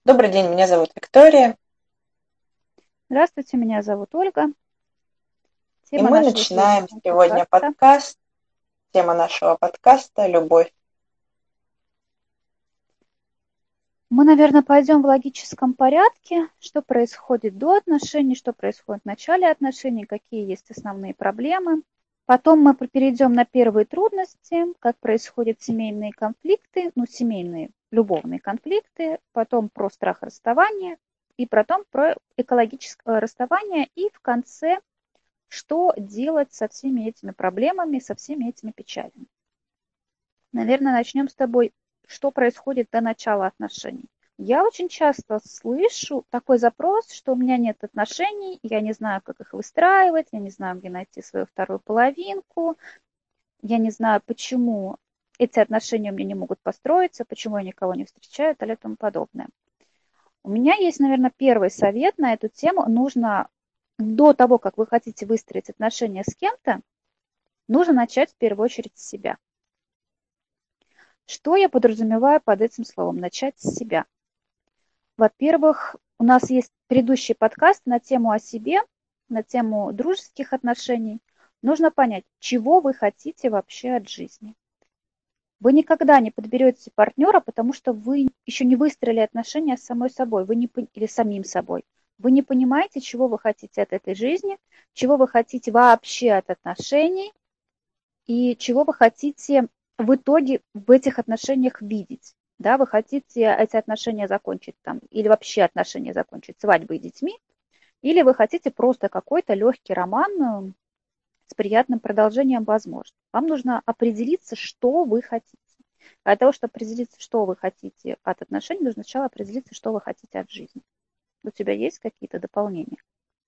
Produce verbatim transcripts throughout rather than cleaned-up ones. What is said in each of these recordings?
Добрый день, меня зовут Виктория, Здравствуйте, меня зовут Ольга. и Тема мы нашего начинаем сегодняшнего сегодня подкаста. подкаст. Тема нашего подкаста — любовь. Мы, наверное, пойдем в логическом порядке, что происходит до отношений, что происходит в начале отношений, какие есть основные проблемы. Потом мы перейдем на первые трудности, как происходят семейные конфликты, ну, семейные, любовные конфликты, потом про страх расставания, и потом про экологическое расставание, и в конце, что делать со всеми этими проблемами, со всеми этими печалями. Наверное, начнем с тобой, что происходит до начала отношений. Я очень часто слышу такой запрос, что у меня нет отношений, я не знаю, как их выстраивать, я не знаю, где найти свою вторую половинку, я не знаю, почему эти отношения у меня не могут построиться, почему я никого не встречаю и тому подобное. У меня есть, наверное, первый совет на эту тему. Нужно до того, как вы хотите выстроить отношения с кем-то, нужно начать в первую очередь с себя. Что я подразумеваю под этим словом? Начать с себя. Во-первых, у нас есть предыдущий подкаст на тему о себе, на тему дружеских отношений. Нужно понять, чего вы хотите вообще от жизни. Вы никогда не подберете партнера, потому что вы еще не выстроили отношения с самой собой, вы не, или самим собой. Вы не понимаете, чего вы хотите от этой жизни, чего вы хотите вообще от отношений и чего вы хотите в итоге в этих отношениях видеть. Да, вы хотите эти отношения закончить там, или вообще отношения закончить свадьбой и детьми, или вы хотите просто какой-то легкий роман с приятным продолжением, возможно. Вам нужно определиться, что вы хотите. А для того, чтобы определиться, что вы хотите от отношений, нужно сначала определиться, что вы хотите от жизни. У тебя есть какие-то дополнения?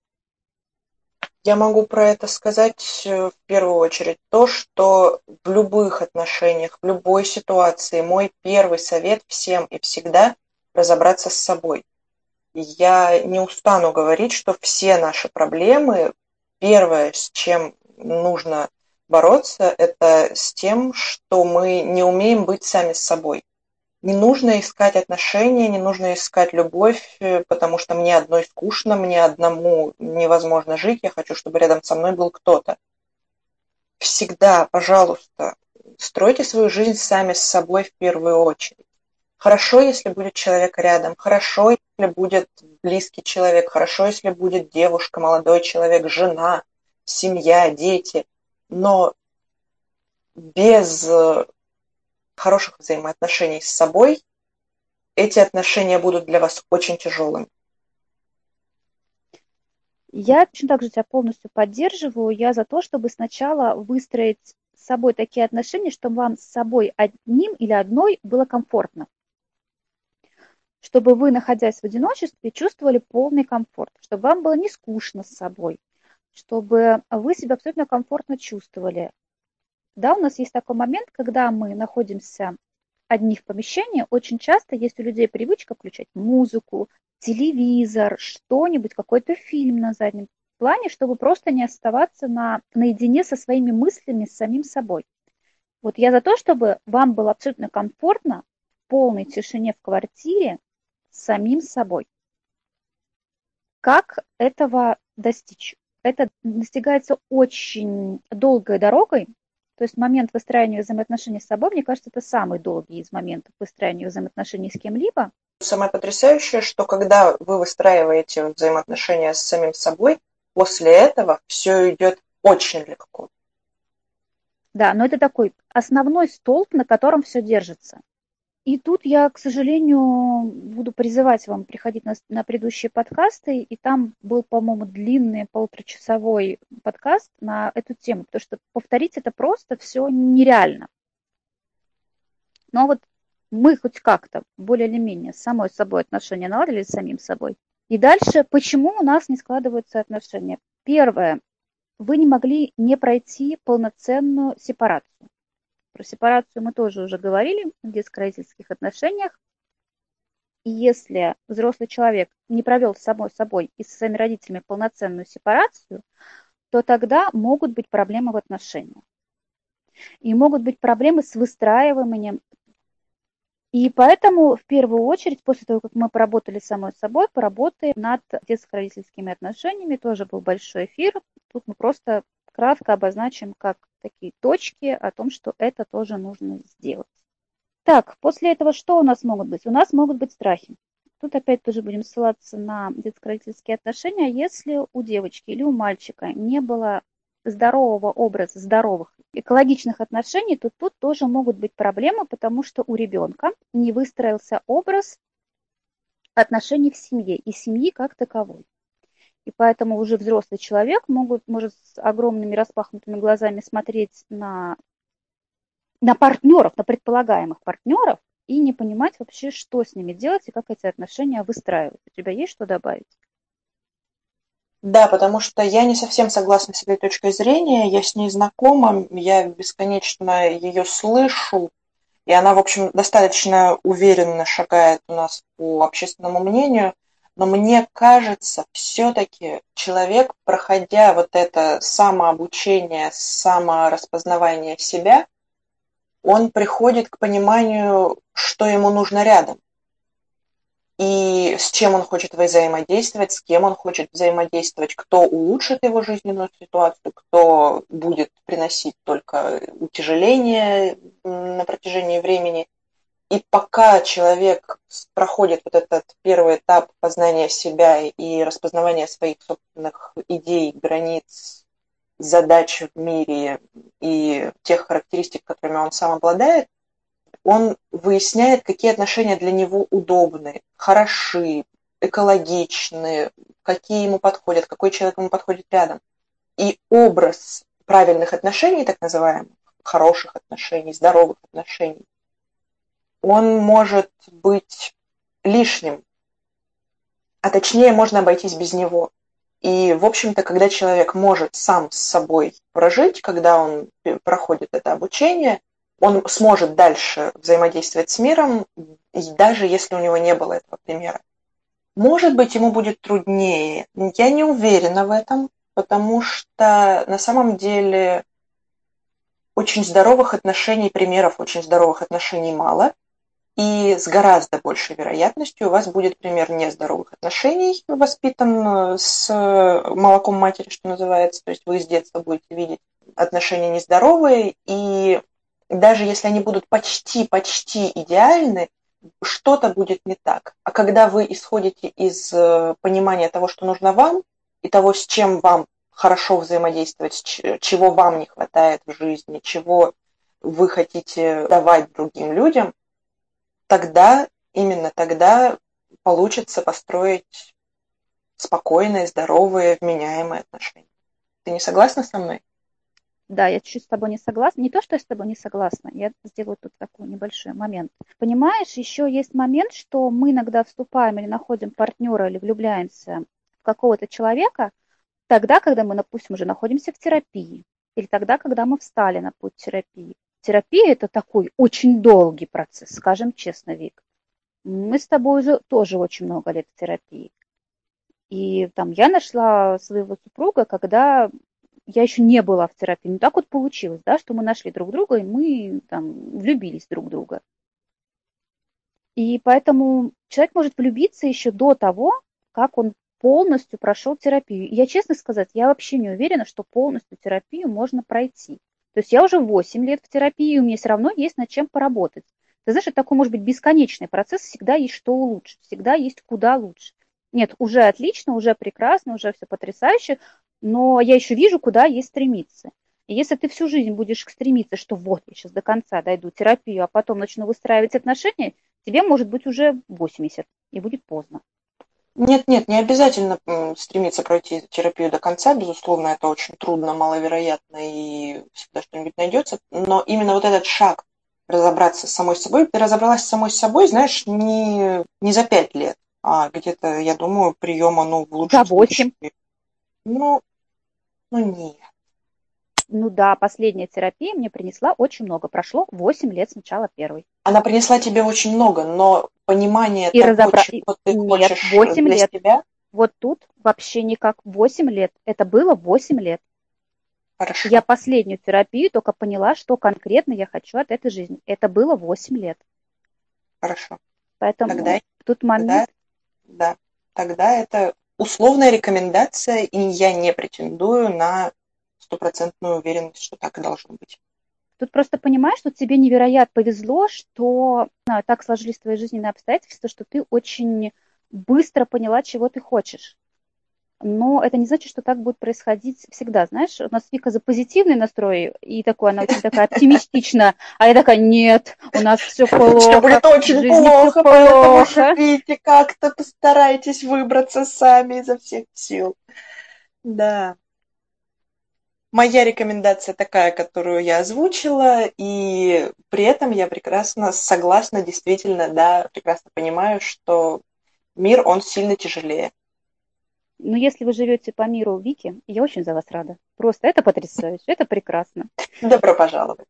Я могу про это сказать э, в первую очередь то, что в любых отношениях, в любой ситуации мой первый совет всем и всегда — разобраться с собой. Я не устану говорить, что все наши проблемы, первое, с чем нужно бороться, это с тем, что мы не умеем быть сами с собой. Не нужно искать отношения, не нужно искать любовь, э, потому что мне одной скучно, мне одному невозможно жить, я хочу, чтобы рядом со мной был кто-то. Всегда, пожалуйста, стройте свою жизнь сами с собой в первую очередь. Хорошо, если будет человек рядом, хорошо, если будет близкий человек, хорошо, если будет девушка, молодой человек, жена, семья, дети, но без э, хороших взаимоотношений с собой эти отношения будут для вас очень тяжелыми. Я точно так же тебя полностью поддерживаю. Я за то, чтобы сначала выстроить с собой такие отношения, чтобы вам с собой одним или одной было комфортно. Чтобы вы, находясь в одиночестве, чувствовали полный комфорт. Чтобы вам было не скучно с собой. Чтобы вы себя абсолютно комфортно чувствовали. Да, у нас есть такой момент, когда мы находимся одни в помещении, очень часто есть у людей привычка включать музыку, телевизор, что-нибудь, какой-то фильм на заднем плане, чтобы просто не оставаться на, наедине со своими мыслями, с самим собой. Вот я за то, чтобы вам было абсолютно комфортно в полной тишине в квартире с самим собой. Как этого достичь? Это достигается очень долгой дорогой. То есть момент выстраивания взаимоотношений с собой, мне кажется, это самый долгий из моментов выстраивания взаимоотношений с кем-либо. Самое потрясающее, что когда вы выстраиваете взаимоотношения с самим собой, после этого все идет очень легко. Да, но это такой основной столб, на котором все держится. И тут я, к сожалению, буду призывать вам приходить на, на предыдущие подкасты, и там был, по-моему, длинный полуторачасовой подкаст на эту тему, потому что повторить это просто все нереально. Но вот мы хоть как-то более или менее с самой собой отношения наладили, с самим собой. И дальше, почему у нас не складываются отношения? Первое, вы не могли не пройти полноценную сепарацию. Про сепарацию мы тоже уже говорили в детско-родительских отношениях. И если взрослый человек не провел с самой собой и со своими родителями полноценную сепарацию, то тогда могут быть проблемы в отношениях. И могут быть проблемы с выстраиванием И поэтому в первую очередь, после того, как мы поработали с самой собой, поработаем над детско-родительскими отношениями. Тоже был большой эфир. Тут мы просто кратко обозначим как такие точки о том, что это тоже нужно сделать. Так, после этого что у нас могут быть? У нас могут быть страхи. Тут опять тоже будем ссылаться на детско-родительские отношения. Если у девочки или у мальчика не было здорового образа, здоровых, экологичных отношений, то тут тоже могут быть проблемы, потому что у ребенка не выстроился образ отношений в семье и семьи как таковой. И поэтому уже взрослый человек могут, может с огромными распахнутыми глазами смотреть на, на партнеров, на предполагаемых партнеров, и не понимать вообще, что с ними делать и как эти отношения выстраивать. У тебя есть что добавить? Да, потому что я не совсем согласна с этой точкой зрения, я с ней знакома, я бесконечно ее слышу, и она, в общем, достаточно уверенно шагает у нас по общественному мнению, но мне кажется, все-таки человек, проходя вот это самообучение, самораспознавание себя, он приходит к пониманию, что ему нужно рядом. И с чем он хочет взаимодействовать, с кем он хочет взаимодействовать, кто улучшит его жизненную ситуацию, кто будет приносить только утяжеление на протяжении времени. И пока человек проходит вот этот первый этап познания себя и распознавания своих собственных идей, границ, задач в мире и тех характеристик, которыми он сам обладает, он выясняет, какие отношения для него удобны, хороши, экологичны, какие ему подходят, какой человек ему подходит рядом. И образ правильных отношений, так называемых, хороших отношений, здоровых отношений, он может быть лишним, а точнее можно обойтись без него. И, в общем-то, когда человек может сам с собой прожить, когда он проходит это обучение, он сможет дальше взаимодействовать с миром, даже если у него не было этого примера. Может быть, ему будет труднее. Я не уверена в этом, потому что на самом деле очень здоровых отношений, примеров очень здоровых отношений мало. И с гораздо большей вероятностью у вас будет пример нездоровых отношений, воспитан с молоком матери, что называется. То есть вы с детства будете видеть отношения нездоровые, и даже если они будут почти-почти идеальны, что-то будет не так. А когда вы исходите из понимания того, что нужно вам, и того, с чем вам хорошо взаимодействовать, чего вам не хватает в жизни, чего вы хотите давать другим людям, тогда, именно тогда получится построить спокойные, здоровые, вменяемые отношения. Ты не согласна со мной? Да, я чуть-чуть с тобой не согласна. Не то, что я с тобой не согласна, я сделаю тут такой небольшой момент. Понимаешь, еще есть момент, что мы иногда вступаем или находим партнера, или влюбляемся в какого-то человека тогда, когда мы, допустим, уже находимся в терапии, или тогда, когда мы встали на путь терапии. Терапия – это такой очень долгий процесс, скажем честно, Вик. Мы с тобой уже тоже очень много лет в терапии. И там я нашла своего супруга, когда я еще не была в терапии. Ну так вот получилось, да, что мы нашли друг друга, и мы там влюбились друг в друга. И поэтому человек может влюбиться еще до того, как он полностью прошел терапию. И я, честно сказать, я вообще не уверена, что полностью терапию можно пройти. То есть я уже восемь лет в терапии, и у меня все равно есть над чем поработать. Ты знаешь, это такой может быть бесконечный процесс, всегда есть что улучшить, всегда есть куда лучше. Нет, уже отлично, уже прекрасно, уже все потрясающе, но я еще вижу, куда есть стремиться. И если ты всю жизнь будешь стремиться, что вот, я сейчас до конца дойду терапию, а потом начну выстраивать отношения, тебе может быть уже восемьдесят, и будет поздно. Нет, нет, не обязательно стремиться пройти терапию до конца, безусловно, это очень трудно, маловероятно, и всегда что-нибудь найдется, но именно вот этот шаг разобраться с самой собой, ты разобралась с самой собой, знаешь, не, не за пять лет, а где-то, я думаю, приема, ну, в лучшем За восемь. случае, ну, ну нет. Ну да, последняя терапия мне принесла очень много. Прошло восемь лет с начала первой. Она принесла тебе очень много, но понимание И того, разобра... чего ты Нет, хочешь восемь для лет. себя, Вот тут вообще никак. восемь лет. Это было восемь лет. хорошо. Я последнюю терапию только поняла, что конкретно я хочу от этой жизни. Это было восемь лет. Хорошо. Тогда, Поэтому тут тогда, момент. да, тогда это условная рекомендация, и я не претендую на стопроцентную уверенность, что так и должно быть. Тут просто понимаешь, что тебе невероятно повезло, что не знаю, так сложились твои жизненные обстоятельства, что ты очень быстро поняла, чего ты хочешь. Но это не значит, что так будет происходить всегда. Знаешь, у нас Вика за позитивный настрой, и такой, она очень такая оптимистична, а я такая, нет, у нас все Все плохо, будет в очень жизни все плохо, поэтому плохо. живите как-то, постарайтесь выбраться сами изо всех сил. Да. Моя рекомендация такая, которую я озвучила, и при этом я прекрасно согласна, действительно, да, прекрасно понимаю, что мир, он сильно тяжелее. Но если вы живете по миру Вики, я очень за вас рада. Просто это потрясающе, это прекрасно. Добро пожаловать.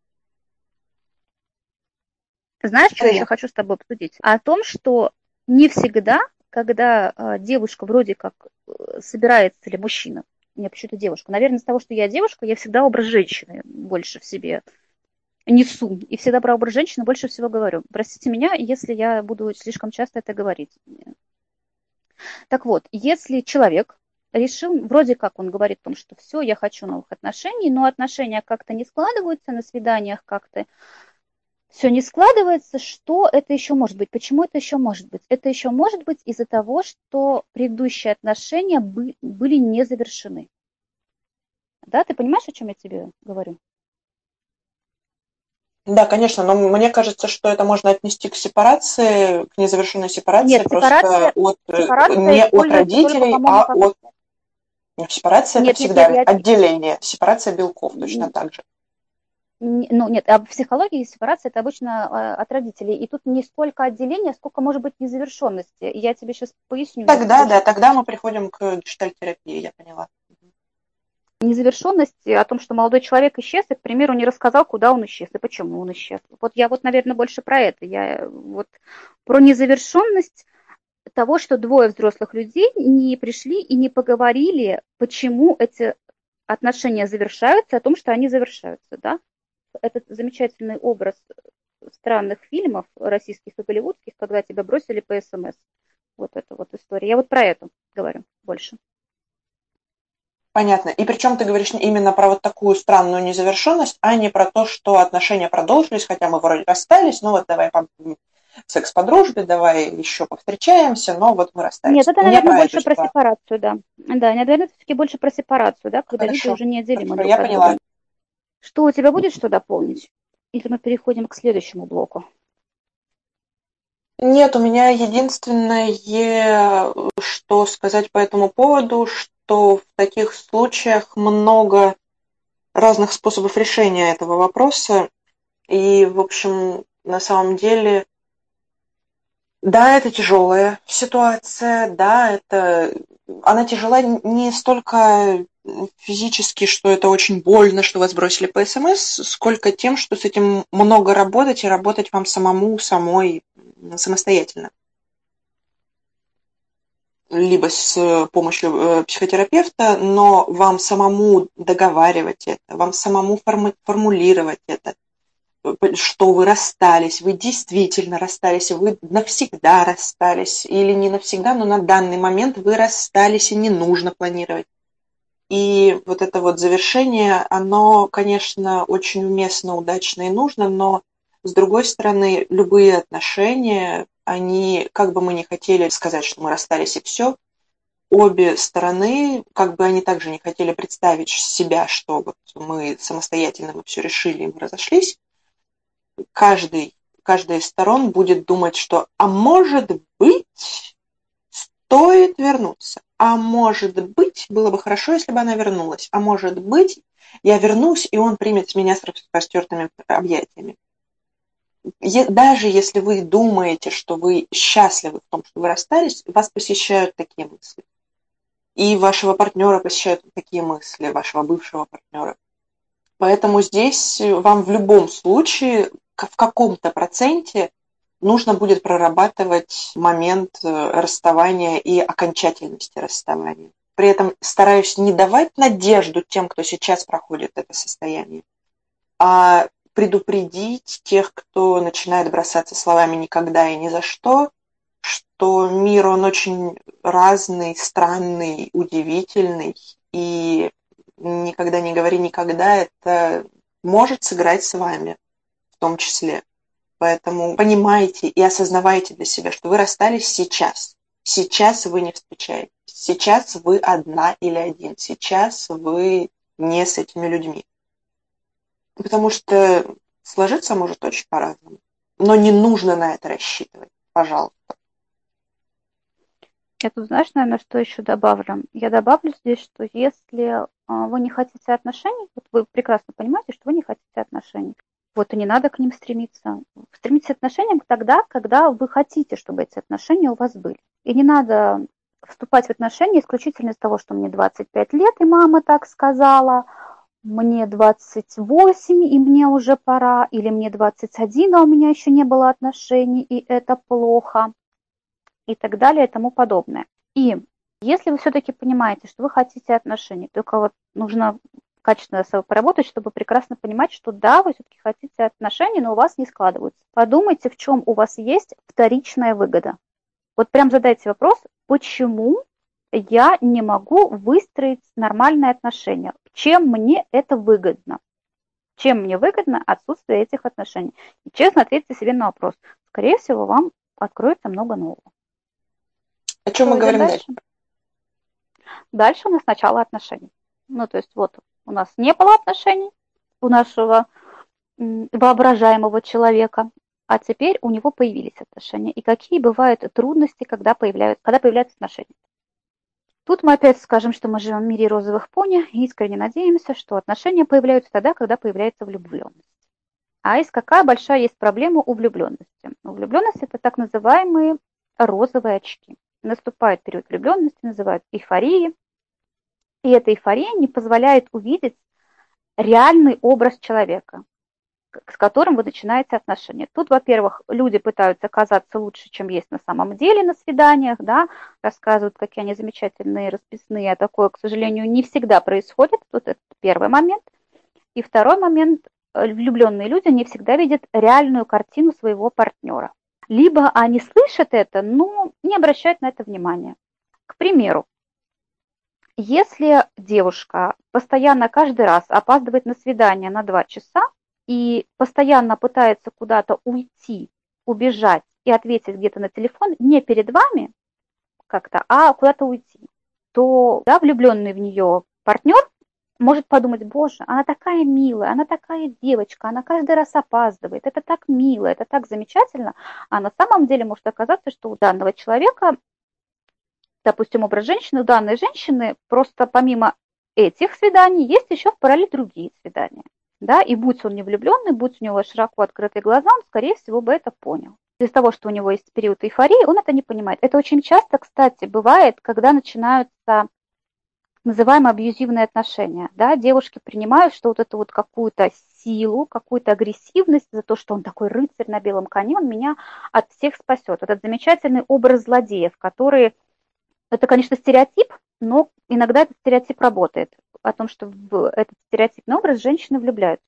Знаешь, что я еще Приятно. хочу с тобой обсудить? О том, что не всегда, когда э, девушка вроде как э, собирается, или мужчина, не почему-то девушка, наверное, из того, что я девушка, я всегда образ женщины больше в себе несу. И всегда про образ женщины больше всего говорю. Простите меня, если я буду слишком часто это говорить. Так вот, если человек решил, вроде как он говорит о том, что все, я хочу новых отношений, но отношения как-то не складываются, на свиданиях как-то все не складывается, что это еще может быть? Почему это еще может быть? Это еще может быть из-за того, что предыдущие отношения бы, были не завершены. Да, ты понимаешь, о чем я тебе говорю? Да, конечно, но мне кажется, что это можно отнести к сепарации, к незавершенной Нет, сепарации, просто сепарация, от, э, сепарация не от используется только, родителей, по-моему, а как... от... Сепарация – это Нет, нет, нет, всегда я... отделение, сепарация белков точно так же. Ну, нет, а в психологии сепарация это обычно а, от родителей. И тут не столько отделения, сколько может быть незавершенности. Я тебе сейчас поясню, если Тогда, да, больше тогда мы приходим к гештальт-терапии, я поняла. незавершенности, о том, что молодой человек исчез, и, к примеру, не рассказал, куда он исчез и почему он исчез. Вот я вот, наверное, больше про это. Я вот про незавершенность того, что двое взрослых людей не пришли и не поговорили, почему эти отношения завершаются, о том, что они завершаются, да. Этот замечательный образ странных фильмов российских и голливудских, когда тебя бросили по СМС. Вот эта вот история. Я вот про это говорю больше. Понятно. И причем ты говоришь именно про вот такую странную незавершенность, а не про то, что отношения продолжились, хотя мы вроде расстались, ну вот давай по секс по дружбе, давай еще повстречаемся, но вот мы Нет, расстались. это, Не наверное, про эту больше про ситуацию. сепарацию, да. Да, наверное, это все-таки больше про сепарацию, да, когда люди Хорошо, уже неотделимы хорошо, друг я от поняла. друга. Что, у тебя будет что дополнить? Или мы переходим к следующему блоку? Нет, у меня единственное, что сказать по этому поводу, что в таких случаях много разных способов решения этого вопроса. И, в общем, на самом деле, да, это тяжелая ситуация, да, это она тяжела не столько физически, что это очень больно, что вас бросили по СМС, сколько тем, что с этим много работать и работать вам самому, самой, самостоятельно. Либо с помощью психотерапевта, но вам самому договаривать это, вам самому форму- формулировать это, что вы расстались, вы действительно расстались, вы навсегда расстались, или не навсегда, но на данный момент вы расстались, и не нужно планировать. И вот это вот завершение, оно, конечно, очень уместно, удачно и нужно, но, с другой стороны, любые отношения, они, как бы мы ни хотели сказать, что мы расстались и все, обе стороны, как бы они также не хотели представить себя, что вот мы самостоятельно мы все решили, и мы разошлись, каждый, каждая из сторон будет думать, что «а может быть, стоит вернуться», «а может быть, было бы хорошо, если бы она вернулась», «а может быть, я вернусь, и он примет меня с распростертыми объятиями». Даже если вы думаете, что вы счастливы в том, что вы расстались, вас посещают такие мысли. И вашего партнера посещают такие мысли, вашего бывшего партнера. Поэтому здесь вам в любом случае в каком-то проценте нужно будет прорабатывать момент расставания и окончательности расставания. При этом стараюсь не давать надежду тем, кто сейчас проходит это состояние, а предупредить тех, кто начинает бросаться словами «никогда» и «ни за что», что мир, он очень разный, странный, удивительный, и «никогда не говори никогда» — это может сыграть с вами в том числе. Поэтому понимайте и осознавайте для себя, что вы расстались сейчас. Сейчас вы не встречаетесь. Сейчас вы одна или один. Сейчас вы не с этими людьми. Потому что сложиться может очень по-разному. Но не нужно на это рассчитывать. Пожалуйста. Я тут, знаешь, наверное, что еще добавлю? Я добавлю здесь, что если вы не хотите отношений, вот вы прекрасно понимаете, что вы не хотите отношений, вот и не надо к ним стремиться. Стремитесь к отношениям тогда, когда вы хотите, чтобы эти отношения у вас были. И не надо вступать в отношения исключительно из того, что мне двадцать пять лет, и мама так сказала, мне двадцать восемь, и мне уже пора, или мне двадцать один, а у меня еще не было отношений, и это плохо, и так далее, и тому подобное. И если вы все-таки понимаете, что вы хотите отношений, только вот нужно качественно с собой поработать, чтобы прекрасно понимать, что да, вы все-таки хотите отношений, но у вас не складываются. Подумайте, в чем у вас есть вторичная выгода. Вот прям задайте вопрос, почему я не могу выстроить нормальные отношения? Чем мне это выгодно? Чем мне выгодно отсутствие этих отношений? И честно ответьте себе на вопрос. Скорее всего, вам откроется много нового. О чем Что мы говорим дальше? дальше? Дальше у нас начало отношений. Ну, то есть вот у нас не было отношений у нашего воображаемого человека, а теперь у него появились отношения. И какие бывают трудности, когда появляются, когда появляются отношения? Тут мы опять скажем, что мы живем в мире розовых пони и искренне надеемся, что отношения появляются тогда, когда появляется влюбленность. А есть какая большая есть проблема у влюбленности? Влюбленность – это так называемые розовые очки. Наступает период влюбленности, называют эйфорией. И эта эйфория не позволяет увидеть реальный образ человека, с которым вы начинаете отношения. Тут, во-первых, люди пытаются казаться лучше, чем есть на самом деле на свиданиях, да, рассказывают, какие они замечательные, расписные, а такое, к сожалению, не всегда происходит. Тут это первый момент. И второй момент, влюбленные люди не всегда видят реальную картину своего партнера. Либо они слышат это, но не обращают на это внимания. К примеру, если девушка постоянно каждый раз опаздывает на свидание на два часа и постоянно пытается куда-то уйти, убежать и ответить где-то на телефон не перед вами как-то, а куда-то уйти, то да, влюбленный в нее партнер может подумать, боже, она такая милая, она такая девочка, она каждый раз опаздывает, это так мило, это так замечательно, а на самом деле может оказаться, что у данного человека, допустим, образ женщины, у данной женщины просто помимо этих свиданий есть еще в параллели другие свидания. Да? И будь он не влюбленный, будь у него широко открытые глаза, он, скорее всего, бы это понял. Из-за того, что у него есть период эйфории, он это не понимает. Это очень часто, кстати, бывает, когда начинаются называемые абьюзивные отношения. Да? Девушки принимают, что вот эту вот какую-то силу, какую-то агрессивность за то, что он такой рыцарь на белом коне, он меня от всех спасет. Вот этот замечательный образ злодеев, которые... Это, конечно, стереотип, но иногда этот стереотип работает. О том, что в этот стереотипный образ женщины влюбляются.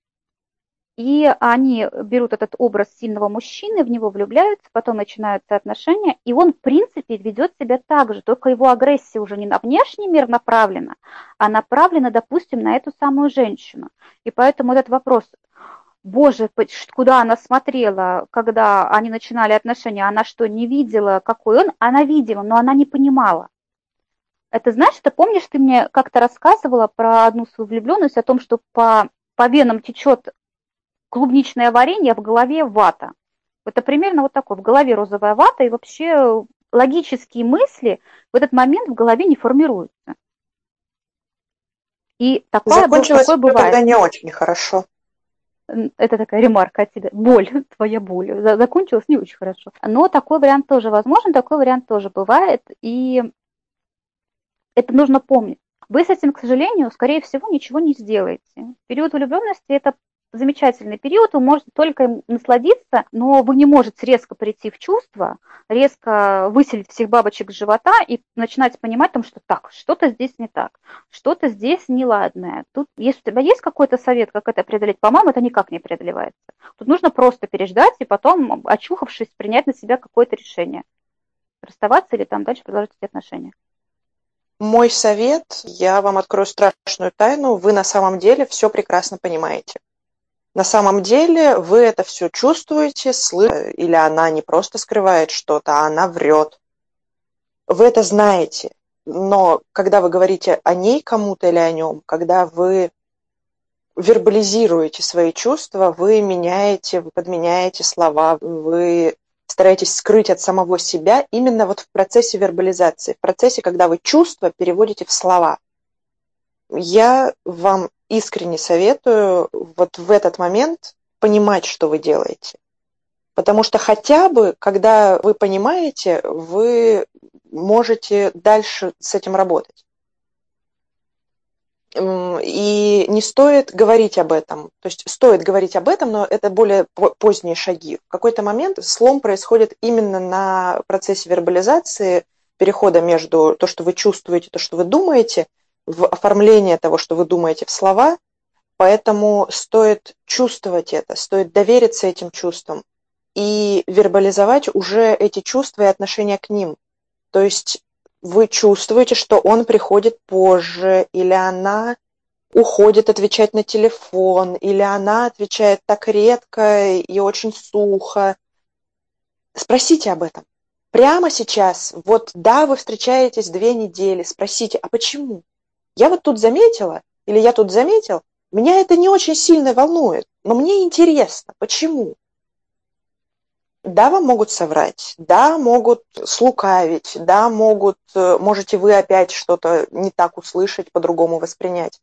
И они берут этот образ сильного мужчины, в него влюбляются, потом начинаются отношения, и он, в принципе, ведет себя так же, только его агрессия уже не на внешний мир направлена, а направлена, допустим, на эту самую женщину. И поэтому этот вопрос, боже, куда она смотрела, когда они начинали отношения, она что, не видела, какой он? Она видела, но она не понимала. Это, знаешь, ты помнишь, ты мне как-то рассказывала про одну свою влюбленность, о том, что по, по венам течет клубничное варенье, а в голове вата. Это примерно вот такое, в голове розовая вата, и вообще логические мысли в этот момент в голове не формируются. И такое, Закончилось такое бывает. Тогда не очень хорошо. Это такая ремарка от тебя. Боль, твоя боль. Закончилось не очень хорошо. Но такой вариант тоже возможен, такой вариант тоже бывает, и это нужно помнить. Вы с этим, к сожалению, скорее всего, ничего не сделаете. Период влюбленности – это замечательный период, вы можете только им насладиться, но вы не можете резко прийти в чувство, резко выселить всех бабочек с живота и начинать понимать, там, что так, что-то здесь не так, что-то здесь неладное. Тут, если у тебя есть какой-то совет, как это преодолеть, по-моему, это никак не преодолевается. Тут нужно просто переждать и потом, очухавшись, принять на себя какое-то решение. Расставаться или там дальше продолжать эти отношения. Мой совет, я вам открою страшную тайну, вы на самом деле все прекрасно понимаете. На самом деле вы это все чувствуете, слышите, или она не просто скрывает что-то, а она врет. Вы это знаете, но когда вы говорите о ней кому-то или о нем, когда вы вербализируете свои чувства, вы меняете, вы подменяете слова, вы стараетесь скрыть от самого себя именно вот в процессе вербализации, в процессе, когда вы чувства переводите в слова. Я вам искренне советую вот в этот момент понимать, что вы делаете. Потому что хотя бы, когда вы понимаете, вы можете дальше с этим работать. И не стоит говорить об этом. То есть стоит говорить об этом, но это более поздние шаги. В какой-то момент слом происходит именно на процессе вербализации, перехода между то, что вы чувствуете, то, что вы думаете, в оформление того, что вы думаете, в слова. Поэтому стоит чувствовать это, стоит довериться этим чувствам и вербализовать уже эти чувства и отношения к ним. То есть вы чувствуете, что он приходит позже, или она уходит отвечать на телефон, или она отвечает так редко и очень сухо. Спросите об этом. Прямо сейчас, вот да, вы встречаетесь две недели, спросите, а почему? Я вот тут заметила, или я тут заметил, меня это не очень сильно волнует, но мне интересно, почему? Да, вам могут соврать, да, могут слукавить, да, могут, можете вы опять что-то не так услышать, по-другому воспринять.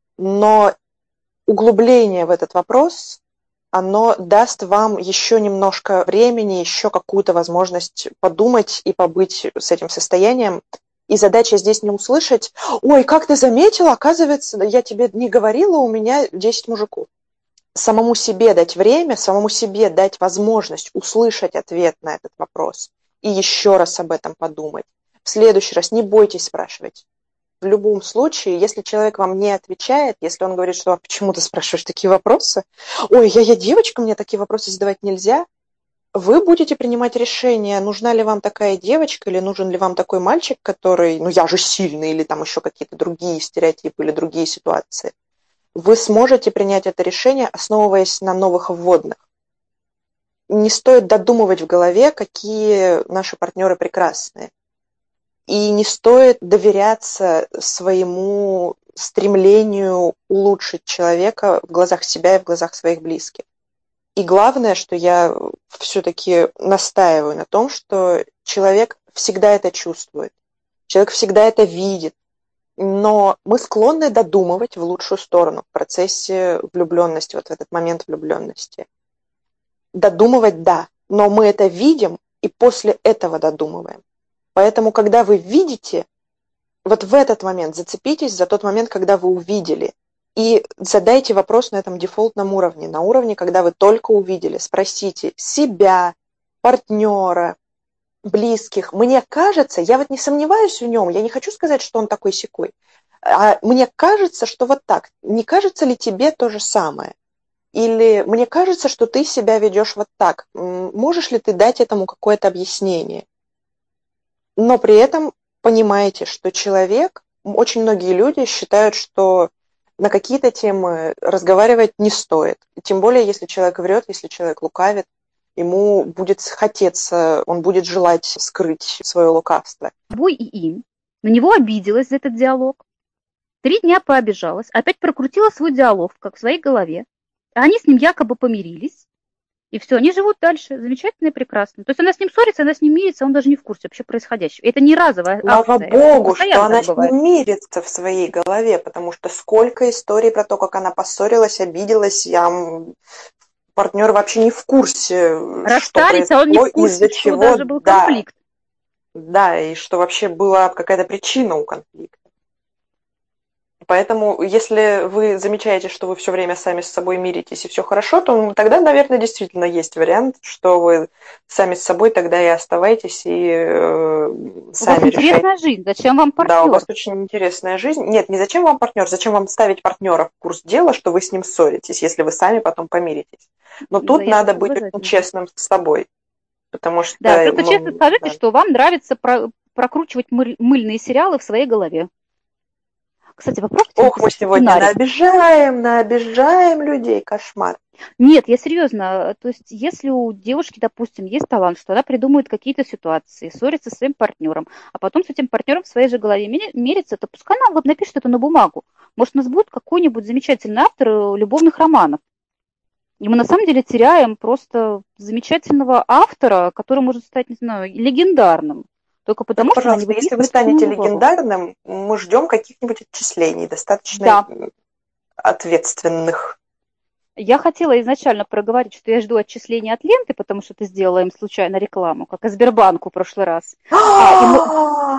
Но углубление в этот вопрос, оно даст вам еще немножко времени, еще какую-то возможность подумать и побыть с этим состоянием. И задача здесь не услышать: «Ой, как ты заметила, оказывается, я тебе не говорила, у меня десять мужиков». Самому себе дать время, самому себе дать возможность услышать ответ на этот вопрос и еще раз об этом подумать. В следующий раз не бойтесь спрашивать. В любом случае, если человек вам не отвечает, если он говорит, что «А почему ты спрашиваешь такие вопросы? Ой, я, я девочка, мне такие вопросы задавать нельзя», вы будете принимать решение, нужна ли вам такая девочка или нужен ли вам такой мальчик, который, ну я же сильный, или там еще какие-то другие стереотипы или другие ситуации. Вы сможете принять это решение, основываясь на новых вводных. Не стоит додумывать в голове, какие наши партнеры прекрасные. И не стоит доверяться своему стремлению улучшить человека в глазах себя и в глазах своих близких. И главное, что я все-таки настаиваю на том, что человек всегда это чувствует, человек всегда это видит, но мы склонны додумывать в лучшую сторону в процессе влюбленности, вот в этот момент влюбленности. Додумывать – да, но мы это видим и после этого додумываем. Поэтому, когда вы видите, вот в этот момент зацепитесь за тот момент, когда вы увидели, и задайте вопрос на этом дефолтном уровне, на уровне, когда вы только увидели. Спросите себя, партнера, близких. Мне кажется, я вот не сомневаюсь в нем, я не хочу сказать, что он такой-сякой, а мне кажется, что вот так. Не кажется ли тебе то же самое? Или мне кажется, что ты себя ведешь вот так. Можешь ли ты дать этому какое-то объяснение? Но при этом понимаете, что человек, очень многие люди считают, что на какие-то темы разговаривать не стоит. Тем более, если человек врет, если человек лукавит, ему будет хотеться, он будет желать скрыть свое лукавство. Бой и им. На него обиделась за этот диалог. Три дня пообижалась, опять прокрутила свой диалог, как в своей голове. А они с ним якобы помирились. И все, они живут дальше, замечательно и прекрасно. То есть она с ним ссорится, она с ним мирится, он даже не в курсе вообще происходящего. Это не разовая Слава акция. Богу, что она с ним мирится в своей голове, потому что сколько историй про то, как она поссорилась, обиделась, я... партнер вообще не в курсе, расстались, что а он не в курсе, из-за что чего даже был да, конфликт. Да, и что вообще была какая-то причина у конфликта. Поэтому, если вы замечаете, что вы все время сами с собой миритесь и все хорошо, то ну, тогда, наверное, действительно есть вариант, что вы сами с собой тогда и оставайтесь и э, У вас сами решаете. интересная жизнь, зачем вам Да, у вас партнер? очень интересная жизнь. Нет, не зачем вам партнер, зачем вам ставить партнера в курс дела, что вы с ним ссоритесь, если вы сами потом помиритесь. Но Да, тут я надо только быть бы за очень этим. честным с собой, потому Да, что, просто честно ну, скажите, да. что вам нравится про- прокручивать мыль- мыльные сериалы в своей голове. Кстати, попробуйте Ох, мы написать сегодня сценарий. наобижаем, наобижаем людей, кошмар. Нет, я серьезно. То есть, если у девушки, допустим, есть талант, что она придумает какие-то ситуации, ссорится со своим партнером, а потом с этим партнером в своей же голове мери- мерится, то пускай она вот напишет это на бумагу. Может, у нас будет какой-нибудь замечательный автор э, любовных романов. И мы на самом деле теряем просто замечательного автора, который может стать, не знаю, легендарным. Только Так, потому, что она не пожалуйста, если вы выписывает это на станете бумагу. легендарным, мы ждем каких-нибудь отчислений, достаточно Да, м, ответственных. я хотела изначально проговорить, что я жду отчисления от ленты, потому что ты сделала им случайно рекламу, как и Сбербанку в прошлый раз. А, и мы...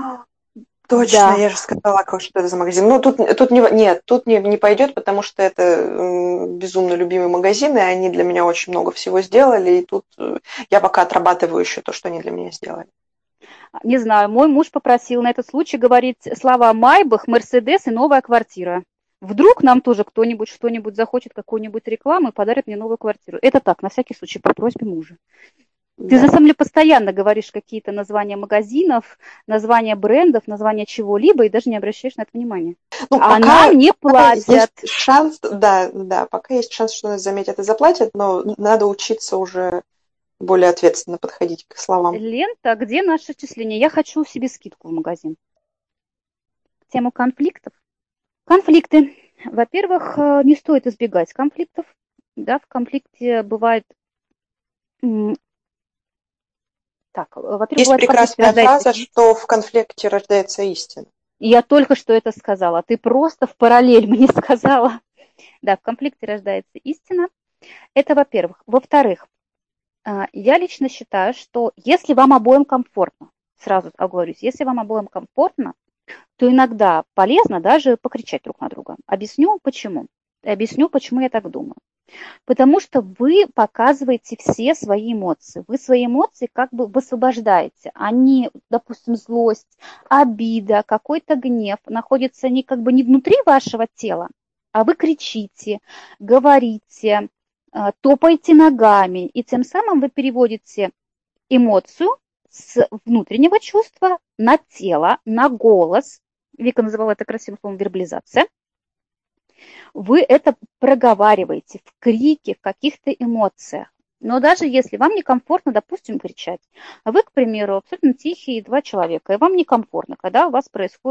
Точно, Да, я же сказала, как- что это за магазин. Ну, тут, тут не, нет, тут не, не пойдет, потому что это м, безумно любимый магазин, и они для меня очень много всего сделали, и тут э, я пока отрабатываю еще то, что они для меня сделали. не знаю, мой муж попросил на этот случай говорить слова «Майбах», «Мерседес» и «Новая квартира». Вдруг нам тоже кто-нибудь что-нибудь захочет, какую-нибудь рекламу и подарит мне новую квартиру. Это так, на всякий случай, по просьбе мужа. Ты, на Да. самом деле, постоянно говоришь какие-то названия магазинов, названия брендов, названия чего-либо и даже не обращаешь на это внимания. Ну, А пока, нам не пока платят. есть шанс, да, да, пока есть шанс, что нас заметят и заплатят, но надо учиться уже более ответственно подходить к словам. Лента, где наше отчисление? Я хочу себе скидку в магазин. Тему конфликтов. Конфликты. Во-первых, э, не стоит избегать конфликтов. Да, в конфликте бывает... м, Так, э, во-первых, Есть бывает в конфликте прекрасная рождается... фраза, что в конфликте рождается истина. Я только что это сказала. Ты просто в параллель мне сказала. Да, в конфликте рождается истина. Это во-первых. Во-вторых, а, я лично считаю, что если вам обоим комфортно, сразу оговорюсь, если вам обоим комфортно, то иногда полезно даже покричать друг на друга. Объясню почему. Объясню, почему я так думаю. Потому что вы показываете все свои эмоции. Вы свои эмоции как бы высвобождаете. Они, допустим, злость, обида, какой-то гнев находятся не как бы не внутри вашего тела, а вы кричите, говорите, э, топаете ногами, и тем самым вы переводите эмоцию с внутреннего чувства на тело, на голос. Вика называла это красивым словом вербализация. Вы это проговариваете в крике, в каких-то эмоциях. Но даже если вам некомфортно, допустим, кричать, а вы, к примеру, абсолютно тихие два человека, и вам некомфортно, когда у вас происходит